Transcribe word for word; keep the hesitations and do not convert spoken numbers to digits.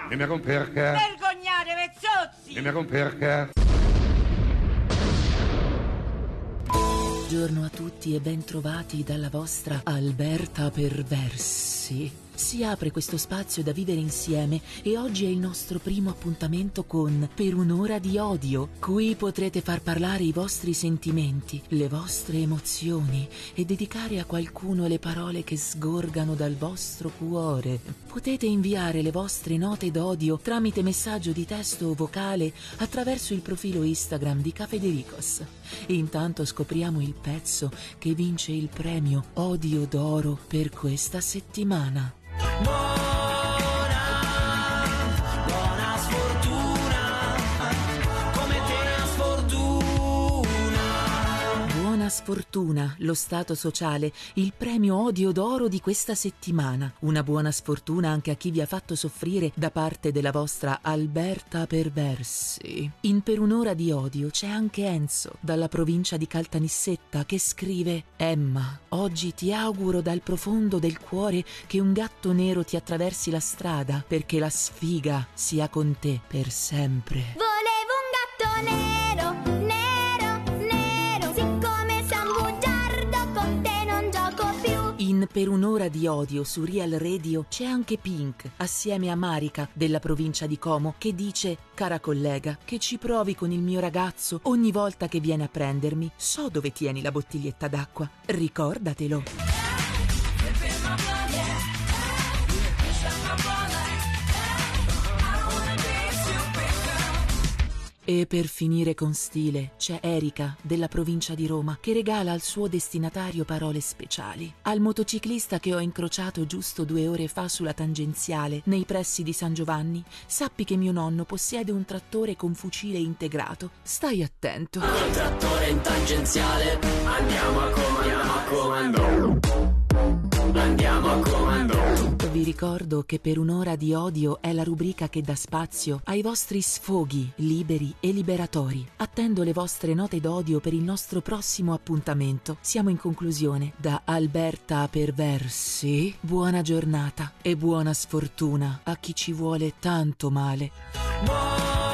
Dimmi con perché. Vergognate, vezzozzi! Dimmi con perché. Buongiorno a tutti e bentrovati dalla vostra Alberta Perversi. Si apre questo spazio da vivere insieme e oggi è il nostro primo appuntamento con Per un'ora di odio. Qui potrete far parlare i vostri sentimenti, le vostre emozioni e dedicare a qualcuno le parole che sgorgano dal vostro cuore. Potete inviare le vostre note d'odio tramite messaggio di testo o vocale attraverso il profilo Instagram di Cafedericos. Intanto scopriamo il pezzo che vince il premio Odio d'Oro per questa settimana. Buona, buona sfortuna, come te una sfortuna. Buona sfortuna, lo stato sociale, il premio Odio d'Oro di questa settimana. Una buona sfortuna anche a chi vi ha fatto soffrire da parte della vostra Alberta Perversi. In Per un'ora di odio c'è anche Enzo, dalla provincia di Caltanissetta, che scrive: Emma, oggi ti auguro dal profondo del cuore che un gatto nero ti attraversi la strada, perché la sfiga sia con te per sempre. Volevo un gatto nero, nero, nero. Siccome sei un bugiardo, con te non gioco più. In Per un'ora di odio su Real Radio c'è anche Pink, assieme a Marica, della provincia di Como, che dice: cara collega, che ci provi con il mio ragazzo, ogni volta che viene a prendermi, so dove tieni la bottiglietta d'acqua, ricordatelo. E per finire con stile c'è Erika, della provincia di Roma, che regala al suo destinatario parole speciali. Al motociclista che ho incrociato giusto due ore fa sulla tangenziale nei pressi di San Giovanni, sappi che mio nonno possiede un trattore con fucile integrato. Stai attento. Un trattore in tangenziale, andiamo a comando, a comando. Andiamo a comando. Vi ricordo che Per un'ora di odio è la rubrica che dà spazio ai vostri sfoghi liberi e liberatori. Attendo le vostre note d'odio per il nostro prossimo appuntamento. Siamo in conclusione. Da Alberta Perversi, buona giornata e buona sfortuna a chi ci vuole tanto male. Buona